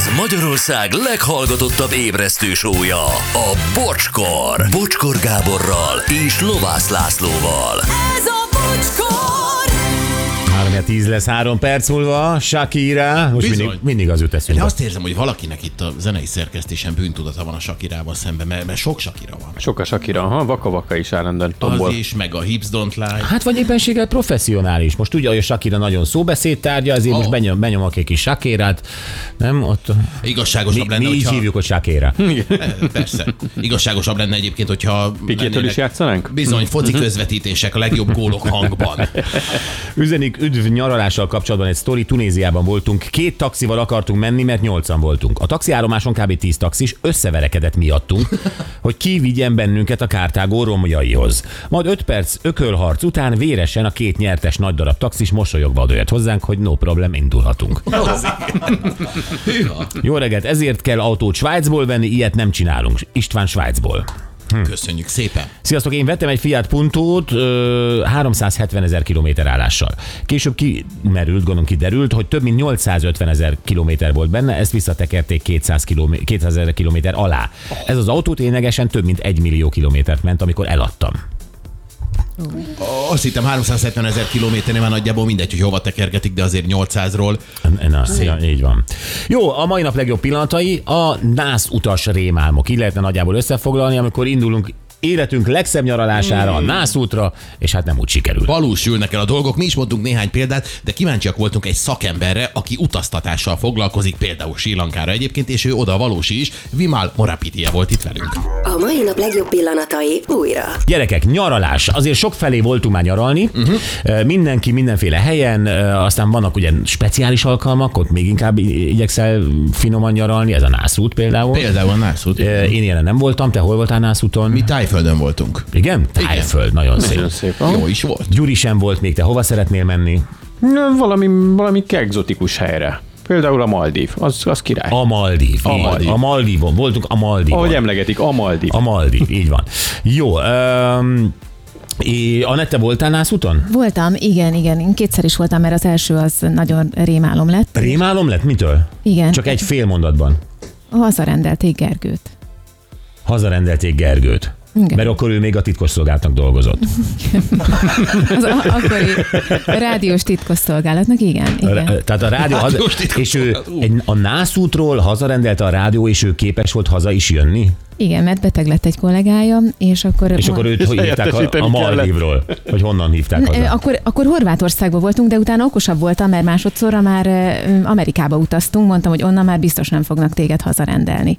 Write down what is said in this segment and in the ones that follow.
Ez Magyarország leghallgatottabb ébresztő show-ja, a Bocskor. Bocskor Gáborral és Lovász Lászlóval. Ez a Bocskor! 3-10 lesz 3 perc múlva, Shakira. Most mindig az jut eszünkbe. Én azt érzem, hogy valakinek itt a zenei szerkesztésen bűntudata van a Shakirával szemben, mert sok Shakira van. Sok a Shakira, Vaka-Vaka is állandóan tombol. Az is, meg a Hips Don't Lie. Hát vagy éppenséggel professzionális. Most ugye, hogy a Shakira nagyon szóbeszédtárgya, ezért most benyomok egy kis Shakirát. Nem? Ott igazságosabb lenne, mi így hívjuk, hogy Shakira. Persze. Igazságosabb lenne egyébként, hogyha... Pikétől is játszanánk? Bizony, foci közvetítések, a legjobb gólok hangban. Üzenik üdv nyaralással kapcsolatban egy sztori, Tunéziában voltunk, 2 taxival akartunk menni, mert 8-an voltunk. A taxiállomáson kb. 10 taxis összeverekedett miattunk, hogy ki vigyen bennünket a Kártágó romjaihoz. Majd 5 perc ökölharc után véresen a 2 nyertes nagy darab taxis mosolyogva odajött hozzánk, hogy no problem, indulhatunk. Jó reggelt, ezért kell autót Svájcból venni, ilyet nem csinálunk. István Svájcból. Köszönjük szépen. Sziasztok, én vettem egy Fiat Puntót 370 000 kilométer állással. Később kiderült, hogy több mint 850 000 kilométer volt benne, ezt visszatekerték 200 000 kilométer alá. Ez az autó ténylegesen több mint 1 millió kilométert ment, amikor eladtam. Azt hittem 370 000 kilométernél már nagyjából mindegy, hogy hova tekergetik, de azért 800-ról. Így van. Jó, a mai nap legjobb pillanatai a nász utas rémálmok. Így lehetne nagyjából összefoglalni, amikor indulunk életünk legszebb nyaralására, a nászútra, és hát nem úgy sikerül. Valósulnak el a dolgok, mi is mondtunk néhány példát, de kíváncsiak voltunk egy szakemberre, aki utaztatással foglalkozik, például Srí Lankára egyébként, és ő oda valósi is. Vimal Morapitia volt itt velünk. A mai nap legjobb pillanatai újra. Gyerekek, nyaralás. Azért sok felé voltunk már nyaralni, mindenki mindenféle helyen, aztán vannak ugye speciális alkalmak, ott még inkább igyekszel finoman nyaralni, ez a nászút például. Például a nászút. Én ilyen nem voltam, te hol voltál nászúton? Mi Tájföldön voltunk. Igen? Tájföld, nagyon szép. Nagyon szép. Jó is volt. Gyuri sem volt még, te hova szeretnél menni? Valami egzotikus helyre. Például a Maldív, az király. A Maldív. A Maldívon. Voltunk a Maldívon. Ahogy emlegetik, a Maldív. A Maldív, így van. Jó, Anette, voltál nászúton? Voltam, igen. Én 2-szer is voltam, mert az első az nagyon rémálom lett. Rémálom lett? Mitől? Igen. Csak egy fél mondatban. Hazarendelték Gergőt. Hazarendelték Gergőt. Igen. Mert akkor ő még a titkosszolgálatnak dolgozott. Az akkori rádiós titkosszolgálatnak, igen. Tehát a rádió, és ő a nászútról hazarendelte a rádió, és ő képes volt haza is jönni? Igen, mert beteg lett egy kollégája, és akkor őt hogy hívták a Maldívról? Hogy honnan hívták haza? Akkor Horvátországban voltunk, de utána okosabb voltam, mert másodszorra már Amerikába utaztunk, mondtam, hogy onnan már biztos nem fognak téged hazarendelni.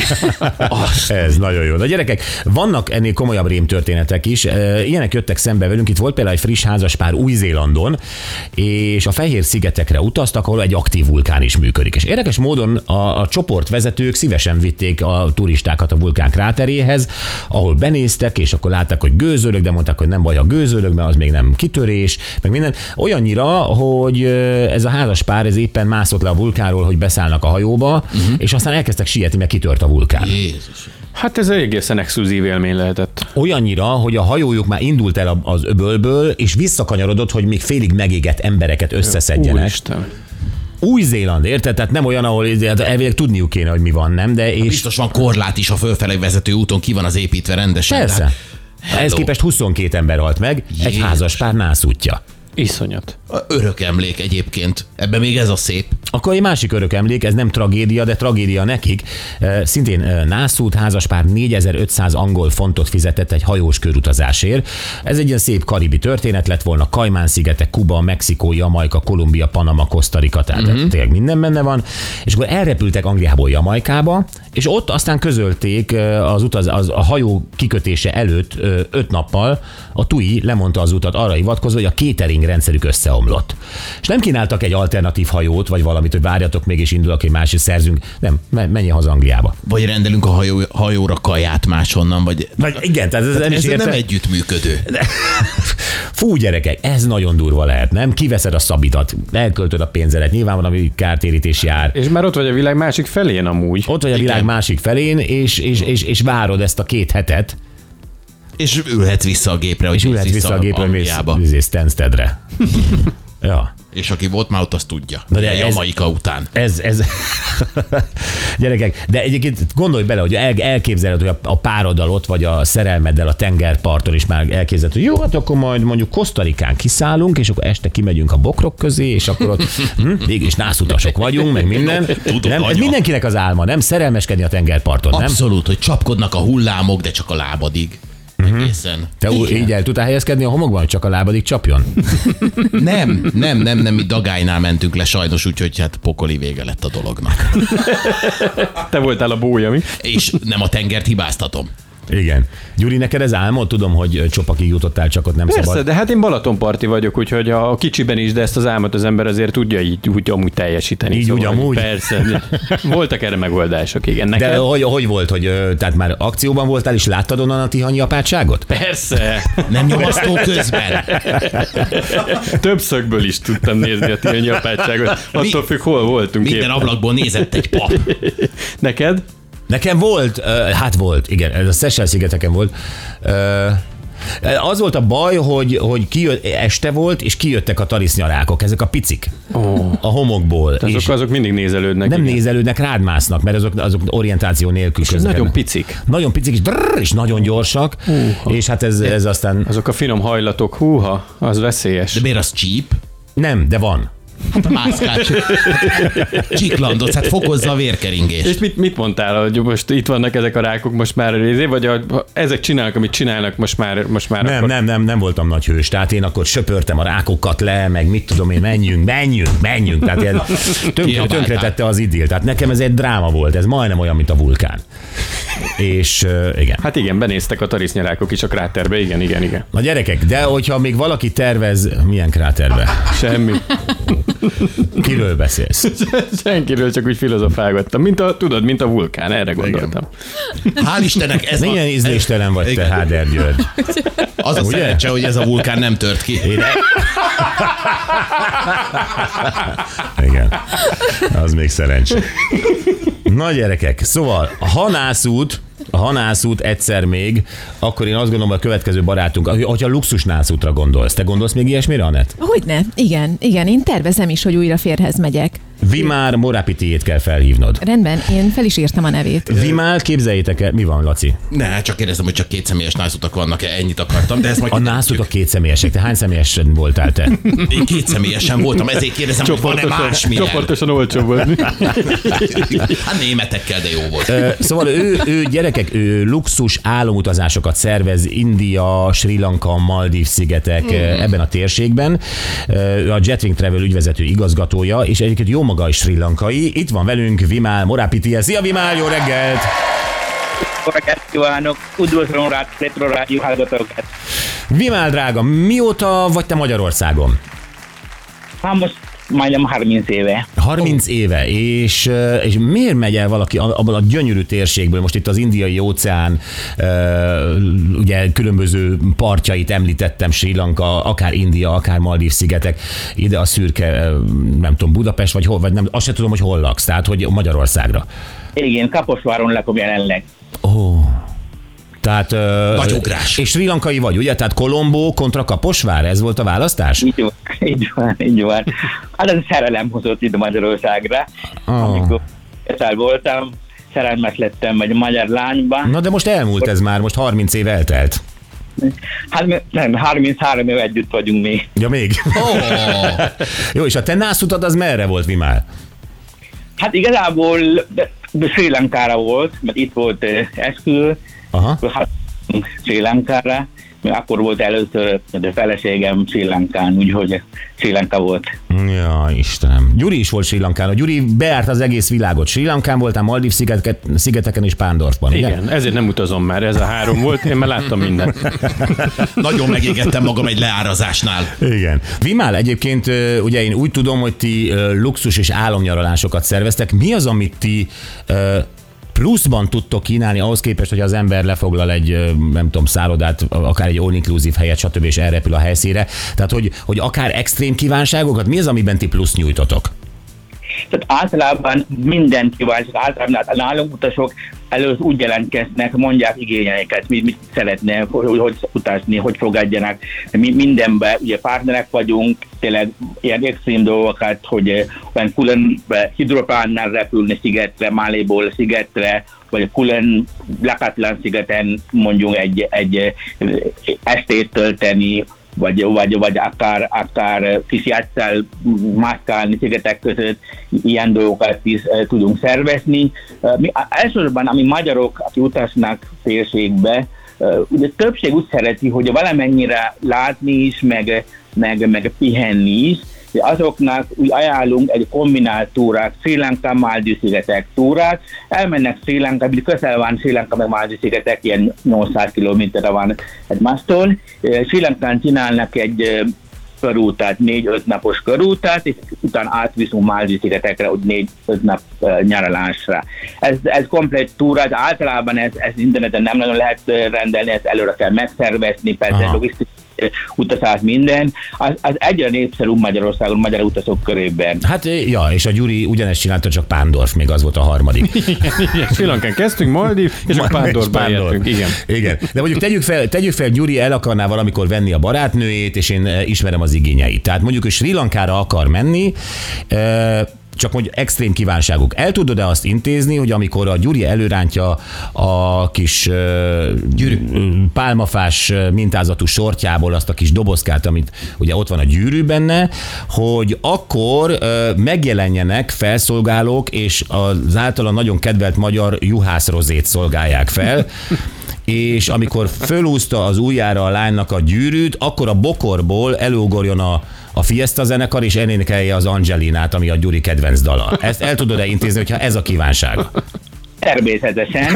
Ez nagyon jó. Na gyerekek, vannak ennél komolyabb rémtörténetek is. Ilyenek jöttek szembe velünk. Itt volt például egy friss házaspár Új-Zélandon, és a Fehér-szigetekre utaztak, ahol egy aktív vulkán is működik. És érdekes módon a csoportvezetők szívesen vitték a turistákat a vulkán kráteréhez, ahol benéztek, és akkor látták, hogy gőzölög, de mondták, hogy nem baj a gőzölög, mert az még nem kitörés, meg minden. Olyannyira, hogy ez a házaspár ez éppen mászott le a vulkánról, hogy beszállnak a hajóba, és aztán elkezdtek sietni, mert kitört a vulkán. Jézus. Hát ez egy egészen exkluzív élmény lehetett. Olyannyira, hogy a hajójuk már indult el az öbölből, és visszakanyarodott, hogy még félig megégett embereket összeszedjenek. Úristen. Új-Zéland, érted? Tehát nem olyan, ahol elvileg tudniuk kéne, hogy mi van, nem? De és... Biztos van korlát is a fölfelé vezető úton, ki van az építve rendesen. Persze. Ehhez képest 22 ember halt meg, egy házaspár nászútja. Iszonyat. Örök emlék egyébként. Ebben még ez a szép. Akkor egy másik örök emlék, ez nem tragédia, de tragédia nekik. Szintén nászút házaspár 4500 angol fontot fizetett egy hajós körutazásért. Ez egy ilyen szép karibi történet lett volna. Kajmán-szigetek, Kuba, Mexikó, Jamajka, Kolumbia, Panama, Costa Rica, tehát tényleg minden benne van. És akkor elrepültek Angliából Jamajkába, és ott aztán közölték a hajó kikötése előtt 5 nappal, a TUI lemondta az utat arra hivatkozva, hogy a catering rendszerük összeomlott. És nem kínáltak egy alternatív hajót, vagy valamit, hogy várjatok még, és indulok egy másik, szerzünk. Nem, menjél haza Angliába. Vagy rendelünk a hajóra kaját máshonnan, vagy igen, tehát ez nem együttműködő. Fú, gyerekek, ez nagyon durva lehet, nem? Kiveszed a szabitat, elköltöd a pénzedet, nyilván van, ami kártérítés jár. És már ott vagy a világ másik felén amúgy. Ott vagy a világ másik felén, és várod ezt a 2 hetet. És ülhetsz vissza a gépre, hogy mész Stanstedre. Ja. És aki volt már ott, azt tudja. Na de Jamaika után. Ez gyerekek, de egyébként gondolj bele, hogy elképzeled, hogy a pároddal ott vagy a szerelmeddel a tengerparton is már elképzeled, hogy jó, hát akkor majd mondjuk Kosztarikán kiszállunk, és akkor este kimegyünk a bokrok közé, és akkor ott mégis nászutasok vagyunk, meg minden. Nem, ez mindenkinek az álma, nem szerelmeskedni a tengerparton, nem? Abszolút, hogy csapkodnak a hullámok, de csak a lábadig. Egészen. Te így el tudtál helyezkedni a homokban, hogy csak a lábadig csapjon? Nem, mi Dagálynál mentünk le sajnos, úgyhogy hát pokoli vége lett a dolognak. Te voltál a bója, mi? És nem a tengert hibáztatom. Igen. Gyuri, neked ez álmod? Tudom, hogy Csopakig jutottál, csak ott nem Persze, szabad. de hát én Balatonparti vagyok, úgyhogy a kicsiben is, de ezt az álmot az ember azért tudja így úgy amúgy teljesíteni. Így úgy amúgy? Persze. Voltak erre megoldások, igen. Neked? De hogy volt, hogy tehát már akcióban voltál, és láttad onnan a tihanyi apátságot? Persze. Nem nyomasztó közben. Több szögből is tudtam nézni a tihanyi apátságot. Attól függ, hol voltunk. Minden éppen. ablakból nézett egy pap. Neked? Nekem volt, hát volt, igen, ez a Seychelles-szigeteken volt. Az volt a baj, hogy este volt, és kijöttek a tarisznyarákok, ezek a picik a homokból. Azok mindig nézelődnek. Nem igen. nézelődnek, rád másznak, mert azok orientáció nélkül És nagyon picik. Nagyon picik, és nagyon gyorsak, és hát ez aztán... Azok a finom hajlatok, húha, az veszélyes. De miért az cheap? Nem, de van. Hát mászkál. Csiklandozz, hát fokozza a vérkeringést. És mit mondtál, hogy most itt vannak ezek a rákok most már vagy ezek csinálnak, amit csinálnak most már akkor... Nem voltam nagy hős, tehát én akkor söpörtem a rákokat le, meg mit tudom én, menjünk. Tehát ilyen tönkretette az idill. Tehát nekem ez egy dráma volt, ez majdnem olyan, mint a vulkán. És igen. Hát igen, benéztek a tarisznyarákok is a kráterbe, igen. Na gyerekek, de hogyha még valaki tervez, milyen kráterbe? Semmi. Kiről beszélsz? Senkiről, csak úgy filozofálgattam. Mint a vulkán, erre gondoltam. Hál' Istennek ez milyen ízléstelen vagy te, Háder György. Az a szerencse, hogy ez a vulkán nem tört ki. Igen. Az még szerencsé. Na gyerekek, szóval ha nászút egyszer még, akkor én azt gondolom, hogy a következő barátunk, hogyha luxus nászútra gondolsz. Te gondolsz még ilyesmire, Anett? Hogyne, igen, én tervezem is, hogy újra férhez megyek. Vimár Morapitiét kell felhívnod. Rendben, én fel is írtam a nevét. Vimár, képzeljétek el, mi van, Laci? Ne, csak kérdezem, hogy csak 2 személyes nászutak vannak-e, ennyit akartam, de ezt majd A nászutok 2 személyesek. Te hány személyesen voltál te? Én 2 személyesen voltam, ezért kérdezem, hogy van-e másmilyen. Csoportosan olcsó volt. Hát németekkel, de jó volt. Szóval ő gyerekek, ő luxus álomutazásokat szervez India, Sri Lanka, Maldív-szigetek ebben a térségben. Ő a Jetwing Travel ügyvezető igazgatója, és egyébként jó maga is sri lankai. Itt van velünk Vimál Morapitié. Szia Vimál, jó reggelt! Jó reggelt kívánok! Üdvözlöm Retro Rádió hallgatókat! Vimál drága, mióta vagy te Magyarországon? Hát most majdnem 30 éve. 30 éve, és miért megy el valaki abban a gyönyörű térségből, most itt az Indiai óceán, ugye különböző partjait említettem, Sri Lanka, akár India, akár Maldív-szigetek, ide a szürke, nem tudom, Budapest, vagy hol, vagy nem, azt sem tudom, hogy hol laksz, tehát hogy Magyarországra. Igen, Kaposváron lakom jelenleg. Tehát, Nagy ugrás. És sri lankai vagy, ugye? Tehát Kolombó kontra Kaposvár, ez volt a választás? Így van. Hát ez szerelem hozott ide Magyarországra. Amikor voltam, szerelmes lettem egy magyar lányba. Na de most elmúlt ez már, most 30 év eltelt. Hát nem, 33 év együtt vagyunk még. Ja, még? Jó, és a te nászutad az merre volt, Vimál? Hát igazából Sri Lankára volt, mert itt volt eskü. Aha. Sri Lankára, akkor volt először a feleségem Sri Lankán, úgyhogy Sri Lanka volt. Ja, Istenem. Gyuri is volt Sri Lankán. A Gyuri bejárt az egész világot. Sri Lankán voltál, Maldív-szigeteken és Pándorfban. Igen, ezért nem utazom már, ez a 3 volt, én már láttam mindent. Nagyon megégettem magam egy leárazásnál. Igen. Vimál, egyébként ugye én úgy tudom, hogy ti luxus és álomnyaralásokat szerveztek. Mi az, amit ti pluszban tudtok kínálni ahhoz képest, hogy az ember lefoglal egy, nem tudom, szállodát, akár egy all-inclusive helyet, stb. És elrepül a helyszínre. Tehát, hogy akár extrém kívánságokat, mi az, amiben ti plusz nyújtotok? Tehát általában minden kíváncsi, általában nálunk utasok előtt úgy jelentkeznek, mondják igényeiket, mit szeretne, hogy utazni, hogy fogadjanak. Mindenben ugye partnerek vagyunk, tényleg ilyen extrém dolgokat, hogy olyan külön hidroplánnal repülni szigetre, Máléból szigetre, vagy külön lakatlan szigeten mondjuk egy estét tölteni, vagy akár kis játsszal mászkálni szigetek között, ilyen dolgokat is tudunk szervezni. Elsősorban, ami magyarok, akik utaznak térségbe, ugye többség úgy szereti, hogy valamennyire látni is, meg pihenni is, de azoknak úgy ajánlunk egy kombinált túrát, Sri Lanka, Máldiv-szigetek túrát, elmennek Sri Lanka, közel van Sri Lanka meg Máldiv-szigetek, ilyen 800 kilométerre van egymástól. Sri Lankán csinálnak egy körútát, 4-5 napos körútát, és utána átviszünk Máldiv-szigetekre, úgy 4-5 nap nyaralásra. Ez komplet túra, általában ez interneten nem nagyon lehet rendelni, ezt előre kell megszervezni, persze logisztikai utazás minden, az egyre népszerű Magyarországon, magyar utasok körében. Hát ja, és a Gyuri ugyanezt csinálta, csak Pándorf, még az volt a harmadik. Igen, Sri Lankán kezdtünk, Maldiv, és a Pándorfba értünk. Igen. De mondjuk tegyük fel, Gyuri el akarná valamikor venni a barátnőjét, és én ismerem az igényeit. Tehát mondjuk, hogy Sri Lankára akar menni, csak mondjuk extrém kívánságuk. El tudod-e azt intézni, hogy amikor a Gyuri előrántja a kis pálmafás mintázatú sortjából azt a kis dobozkát, amit ugye ott van a gyűrű benne, hogy akkor megjelenjenek felszolgálók, és az általa nagyon kedvelt magyar juhászrozét szolgálják fel, és amikor fölúzta az ujjára a lánynak a gyűrűt, akkor a bokorból előugorjon a Fiesta zenekar, és elénekelje az Angelinát, ami a Gyuri kedvenc dala. Ezt el tudod-e intézni, hogyha ez a kívánság? Természetesen.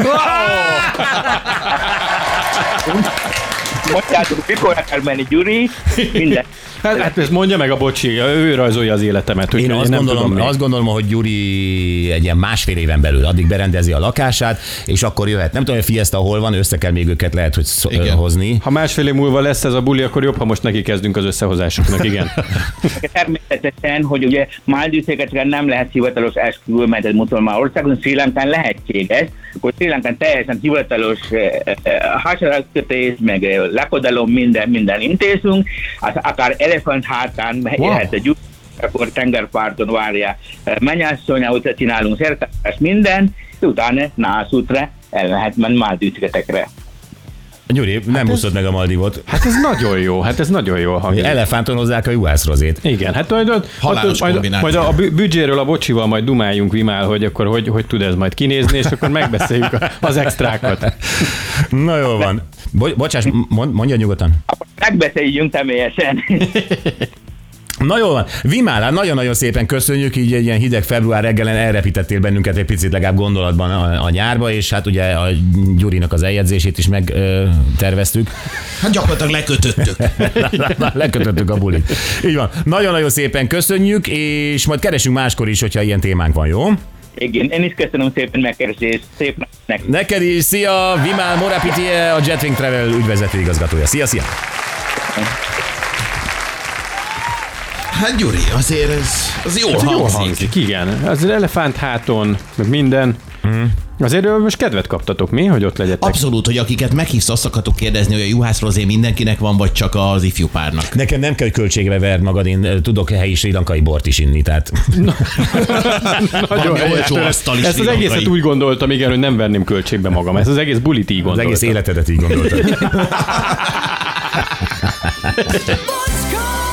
Mondjátok, mikor akar menni Gyuri, minden. Hát ezt mondja meg a bocsi, ő rajzolja az életemet. Én azt gondolom, hogy Gyuri egy ilyen másfél éven belül addig berendezi a lakását, és akkor jöhet. Nem tudom, hogy a Fiesta hol van, össze kell még őket lehet, hogy hozni. Ha másfél év múlva lesz ez a buli, akkor jobb, ha most neki kezdünk az összehozásoknak, igen. Természetesen, hogy ugye Máldiv-szigeteken nem lehet hivatalos esküvő, mert ez muszlimán országon, Sri Lankán lehetséges, hogy Sri Lankán teljesen hivatalos hasonlatkötés, meg lakodalom, minden intézünk, akár elefánt hátán jöhet a Gyuri, akkor tengerparton várja mennyasszonya, hogy csinálunk szertartást, minden, és utána nászútra el lehet menni Máldiv-szigetekre. Gyuri, nem úszod meg a Maldivot. Hát ez nagyon jó hangzik. Elefánton hozzák a juhászrozét. Igen, hát majd a büdzséről a bocsival majd dumáljunk, Vimál, hogy akkor hogy tud ez majd kinézni, és akkor megbeszéljük az extrákat. Na jól van. Bocsáss, mondja nyugodtan. Megbeszéljünk személyesen. Na jól van. Vimál, nagyon-nagyon szépen köszönjük, így egy ilyen hideg február reggelen elrepítettél bennünket egy picit legalább gondolatban a nyárba, és hát ugye a Gyurinak az eljegyzését is megterveztük. Hát gyakorlatilag lekötöttük. Lekötöttük a bulit. Így van. Nagyon-nagyon szépen köszönjük, és majd keresünk máskor is, hogyha ilyen témánk van, jó? Igen, én is köszönöm szépen megkeresést. Szép napnak. Neked is. Szia! Vimál Morapitie, a Jetwing Travel ügyvezető igazgatója. Szia! Hát Gyuri, azért ez jól hangzik. Igen, az elefánt háton, meg minden. Azért most kedvet kaptatok mi, hogy ott legyetek? Abszolút, hogy akiket meghívsz, azt akartok kérdezni, hogy a juhászrozé mindenkinek van, vagy csak az ifjú párnak. Nekem nem kell, hogy költségbe verd magad, én tudok helyi sri lankai bort is inni, tehát... Nagyon olcsó asztal is. Ezt az egészet úgy gondoltam, igen, hogy nem verném költségbe magam. Ez az egész bulit így gondoltam. Az egész életedet így gondoltam.